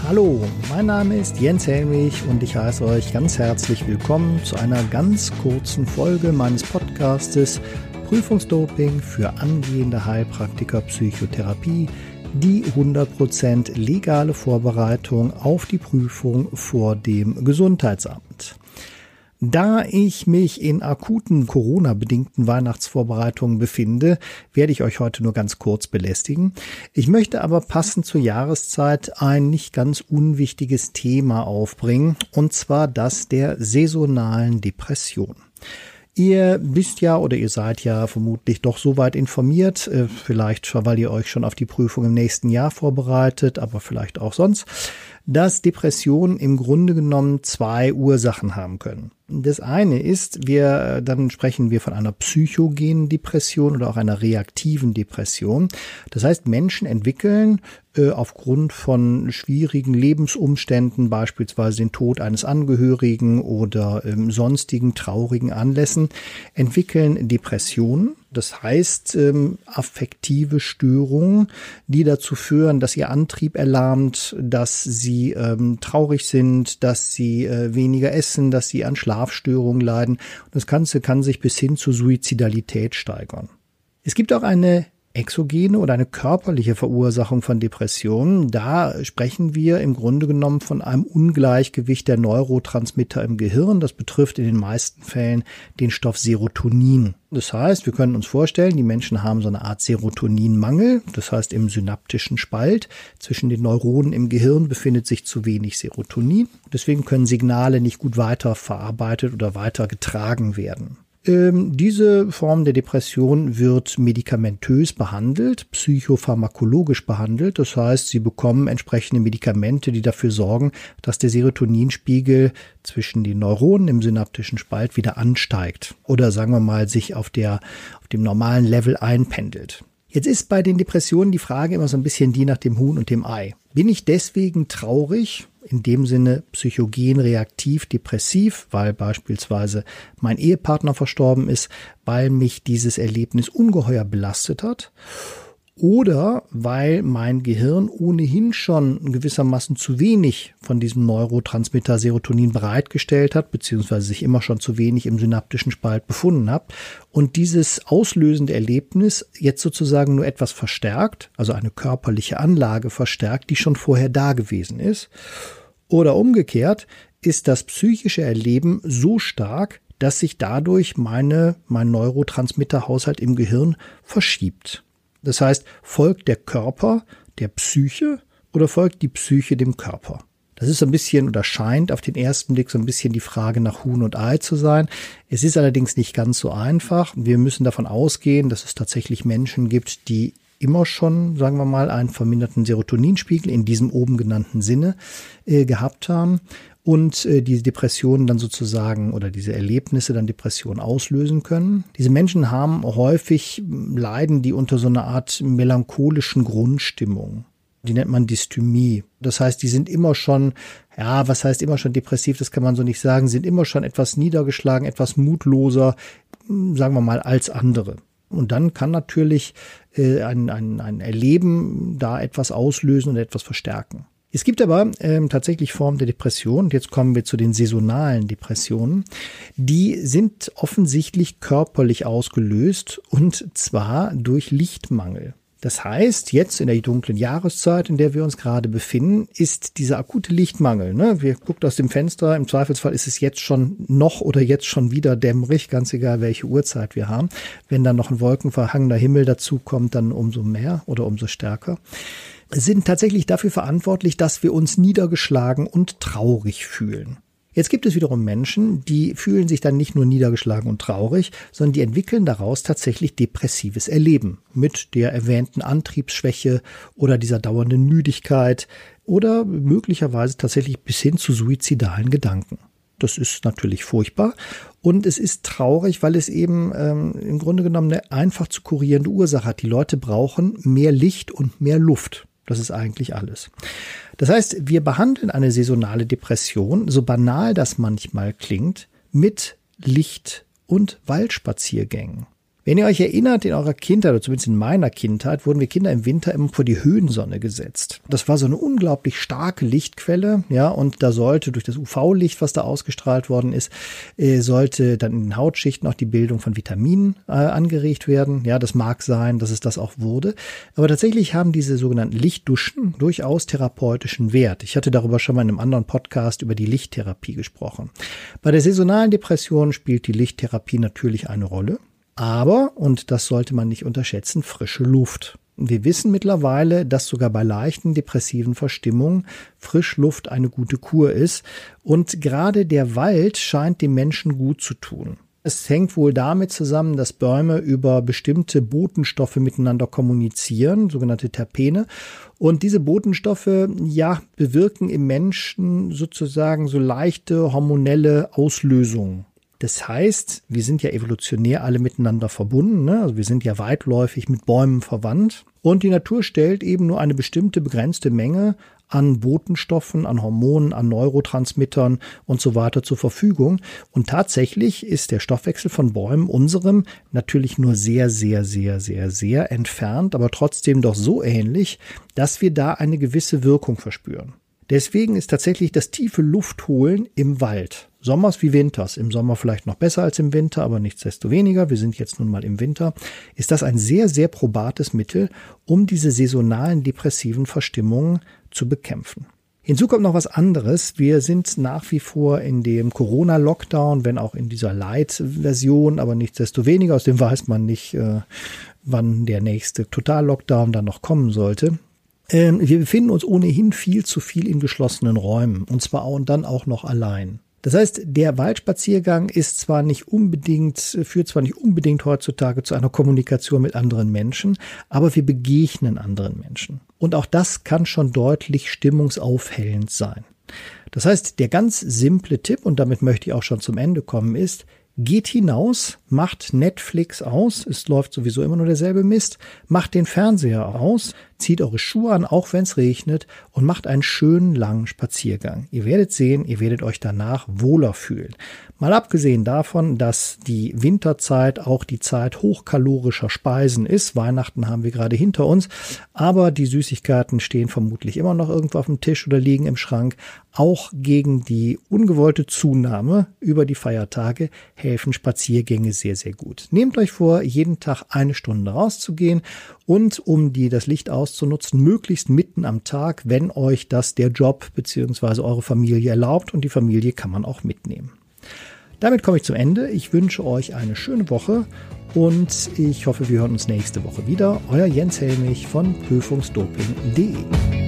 Hallo, mein Name ist Jens Helmich und ich heiße euch ganz herzlich willkommen zu einer ganz kurzen Folge meines Podcastes Prüfungsdoping für angehende Heilpraktiker Psychotherapie, die 100% legale Vorbereitung auf die Prüfung vor dem Gesundheitsamt. Da ich mich in akuten Corona-bedingten Weihnachtsvorbereitungen befinde, werde ich euch heute nur ganz kurz belästigen. Ich möchte aber passend zur Jahreszeit ein nicht ganz unwichtiges Thema aufbringen, und zwar das der saisonalen Depression. Ihr wisst ja oder ihr seid ja vermutlich doch soweit informiert, vielleicht weil ihr euch schon auf die Prüfung im nächsten Jahr vorbereitet, aber vielleicht auch sonst, dass Depressionen im Grunde genommen zwei Ursachen haben können. Das eine ist, dann sprechen wir von einer psychogenen Depression oder auch einer reaktiven Depression. Das heißt, Menschen entwickeln aufgrund von schwierigen Lebensumständen, beispielsweise den Tod eines Angehörigen oder sonstigen traurigen Anlässen, entwickeln Depressionen. Das heißt, affektive Störungen, die dazu führen, dass ihr Antrieb erlahmt, dass sie traurig sind, dass sie weniger essen, dass sie an Schlafstörungen leiden. Und das Ganze kann sich bis hin zur Suizidalität steigern. Es gibt auch eine exogene oder eine körperliche Verursachung von Depressionen. Da sprechen wir im Grunde genommen von einem Ungleichgewicht der Neurotransmitter im Gehirn. Das betrifft in den meisten Fällen den Stoff Serotonin. Das heißt, wir können uns vorstellen, die Menschen haben so eine Art Serotoninmangel. Das heißt, im synaptischen Spalt zwischen den Neuronen im Gehirn befindet sich zu wenig Serotonin. Deswegen können Signale nicht gut weiterverarbeitet oder weitergetragen werden. Diese Form der Depression wird medikamentös behandelt, psychopharmakologisch behandelt. Das heißt, sie bekommen entsprechende Medikamente, die dafür sorgen, dass der Serotoninspiegel zwischen den Neuronen im synaptischen Spalt wieder ansteigt oder sagen wir mal sich auf dem normalen Level einpendelt. Jetzt ist bei den Depressionen die Frage immer so ein bisschen die nach dem Huhn und dem Ei. Bin ich deswegen traurig, in dem Sinne psychogen, reaktiv, depressiv, weil beispielsweise mein Ehepartner verstorben ist, weil mich dieses Erlebnis ungeheuer belastet hat? Oder weil mein Gehirn ohnehin schon gewissermaßen zu wenig von diesem Neurotransmitter Serotonin bereitgestellt hat, beziehungsweise sich immer schon zu wenig im synaptischen Spalt befunden hat und dieses auslösende Erlebnis jetzt sozusagen nur etwas verstärkt, also eine körperliche Anlage verstärkt, die schon vorher da gewesen ist. Oder umgekehrt ist das psychische Erleben so stark, dass sich dadurch mein Neurotransmitterhaushalt im Gehirn verschiebt. Das heißt, folgt der Körper der Psyche oder folgt die Psyche dem Körper? Das ist so ein bisschen oder scheint auf den ersten Blick so ein bisschen die Frage nach Huhn und Ei zu sein. Es ist allerdings nicht ganz so einfach. Wir müssen davon ausgehen, dass es tatsächlich Menschen gibt, die immer schon, sagen wir mal, einen verminderten Serotoninspiegel in diesem oben genannten Sinne gehabt haben und diese Depressionen dann sozusagen oder diese Erlebnisse dann Depressionen auslösen können. Diese Menschen haben häufig, leiden die unter so einer Art melancholischen Grundstimmung. Die nennt man Dysthymie. Das heißt, die sind immer schon, was heißt immer schon depressiv, das kann man so nicht sagen, sind immer schon etwas niedergeschlagen, etwas mutloser, sagen wir mal, als andere. Und dann kann natürlich ein Erleben da etwas auslösen und etwas verstärken. Es gibt aber tatsächlich Formen der Depression, und jetzt kommen wir zu den saisonalen Depressionen, die sind offensichtlich körperlich ausgelöst und zwar durch Lichtmangel. Das heißt, jetzt in der dunklen Jahreszeit, in der wir uns gerade befinden, ist dieser akute Lichtmangel. Wir gucken aus dem Fenster, im Zweifelsfall ist es jetzt schon noch oder jetzt schon wieder dämmerig, ganz egal welche Uhrzeit wir haben. Wenn dann noch ein wolkenverhangener Himmel dazu kommt, dann umso mehr oder umso stärker. Sind tatsächlich dafür verantwortlich, dass wir uns niedergeschlagen und traurig fühlen. Jetzt gibt es wiederum Menschen, die fühlen sich dann nicht nur niedergeschlagen und traurig, sondern die entwickeln daraus tatsächlich depressives Erleben mit der erwähnten Antriebsschwäche oder dieser dauernden Müdigkeit oder möglicherweise tatsächlich bis hin zu suizidalen Gedanken. Das ist natürlich furchtbar und es ist traurig, weil es eben im Grunde genommen eine einfach zu kurierende Ursache hat. Die Leute brauchen mehr Licht und mehr Luft. Das ist eigentlich alles. Das heißt, wir behandeln eine saisonale Depression, so banal das manchmal klingt, mit Licht- und Waldspaziergängen. Wenn ihr euch erinnert, in eurer Kindheit, oder zumindest in meiner Kindheit, wurden wir Kinder im Winter immer vor die Höhensonne gesetzt. Das war so eine unglaublich starke Lichtquelle, ja, und da sollte durch das UV-Licht, was da ausgestrahlt worden ist, sollte dann in den Hautschichten auch die Bildung von Vitaminen angeregt werden. Ja, das mag sein, dass es das auch wurde. Aber tatsächlich haben diese sogenannten Lichtduschen durchaus therapeutischen Wert. Ich hatte darüber schon mal in einem anderen Podcast über die Lichttherapie gesprochen. Bei der saisonalen Depression spielt die Lichttherapie natürlich eine Rolle. Aber, und das sollte man nicht unterschätzen, frische Luft. Wir wissen mittlerweile, dass sogar bei leichten depressiven Verstimmungen Frischluft eine gute Kur ist. Und gerade der Wald scheint dem Menschen gut zu tun. Es hängt wohl damit zusammen, dass Bäume über bestimmte Botenstoffe miteinander kommunizieren, sogenannte Terpene. Und diese Botenstoffe, ja, bewirken im Menschen sozusagen so leichte hormonelle Auslösungen. Das heißt, wir sind ja evolutionär alle miteinander verbunden, ne? Also wir sind ja weitläufig mit Bäumen verwandt. Und die Natur stellt eben nur eine bestimmte begrenzte Menge an Botenstoffen, an Hormonen, an Neurotransmittern und so weiter zur Verfügung. Und tatsächlich ist der Stoffwechsel von Bäumen unserem natürlich nur sehr, sehr, sehr, sehr, sehr entfernt, aber trotzdem doch so ähnlich, dass wir da eine gewisse Wirkung verspüren. Deswegen ist tatsächlich das tiefe Luftholen im Wald, sommers wie winters, im Sommer vielleicht noch besser als im Winter, aber nichtsdestoweniger, wir sind jetzt nun mal im Winter, ist das ein sehr, sehr probates Mittel, um diese saisonalen depressiven Verstimmungen zu bekämpfen. Hinzu kommt noch was anderes. Wir sind nach wie vor in dem Corona-Lockdown, wenn auch in dieser Light-Version, aber nichtsdestoweniger, aus dem weiß man nicht, wann der nächste Total-Lockdown dann noch kommen sollte. Wir befinden uns ohnehin viel zu viel in geschlossenen Räumen, und zwar und dann auch noch allein. Das heißt, der Waldspaziergang führt zwar nicht unbedingt heutzutage zu einer Kommunikation mit anderen Menschen, aber wir begegnen anderen Menschen. Und auch das kann schon deutlich stimmungsaufhellend sein. Das heißt, der ganz simple Tipp, und damit möchte ich auch schon zum Ende kommen, ist: Geht hinaus, macht Netflix aus, es läuft sowieso immer nur derselbe Mist, macht den Fernseher aus, zieht eure Schuhe an, auch wenn es regnet, und macht einen schönen langen Spaziergang. Ihr werdet sehen, ihr werdet euch danach wohler fühlen. Mal abgesehen davon, dass die Winterzeit auch die Zeit hochkalorischer Speisen ist. Weihnachten haben wir gerade hinter uns, aber die Süßigkeiten stehen vermutlich immer noch irgendwo auf dem Tisch oder liegen im Schrank. Auch gegen die ungewollte Zunahme über die Feiertage helfen Spaziergänge sehr, sehr gut. Nehmt euch vor, jeden Tag 1 Stunde rauszugehen und um das Licht auszunutzen, möglichst mitten am Tag, wenn euch das der Job bzw. eure Familie erlaubt, und die Familie kann man auch mitnehmen. Damit komme ich zum Ende. Ich wünsche euch eine schöne Woche und ich hoffe, wir hören uns nächste Woche wieder. Euer Jens Helmich von prüfungsdoping.de.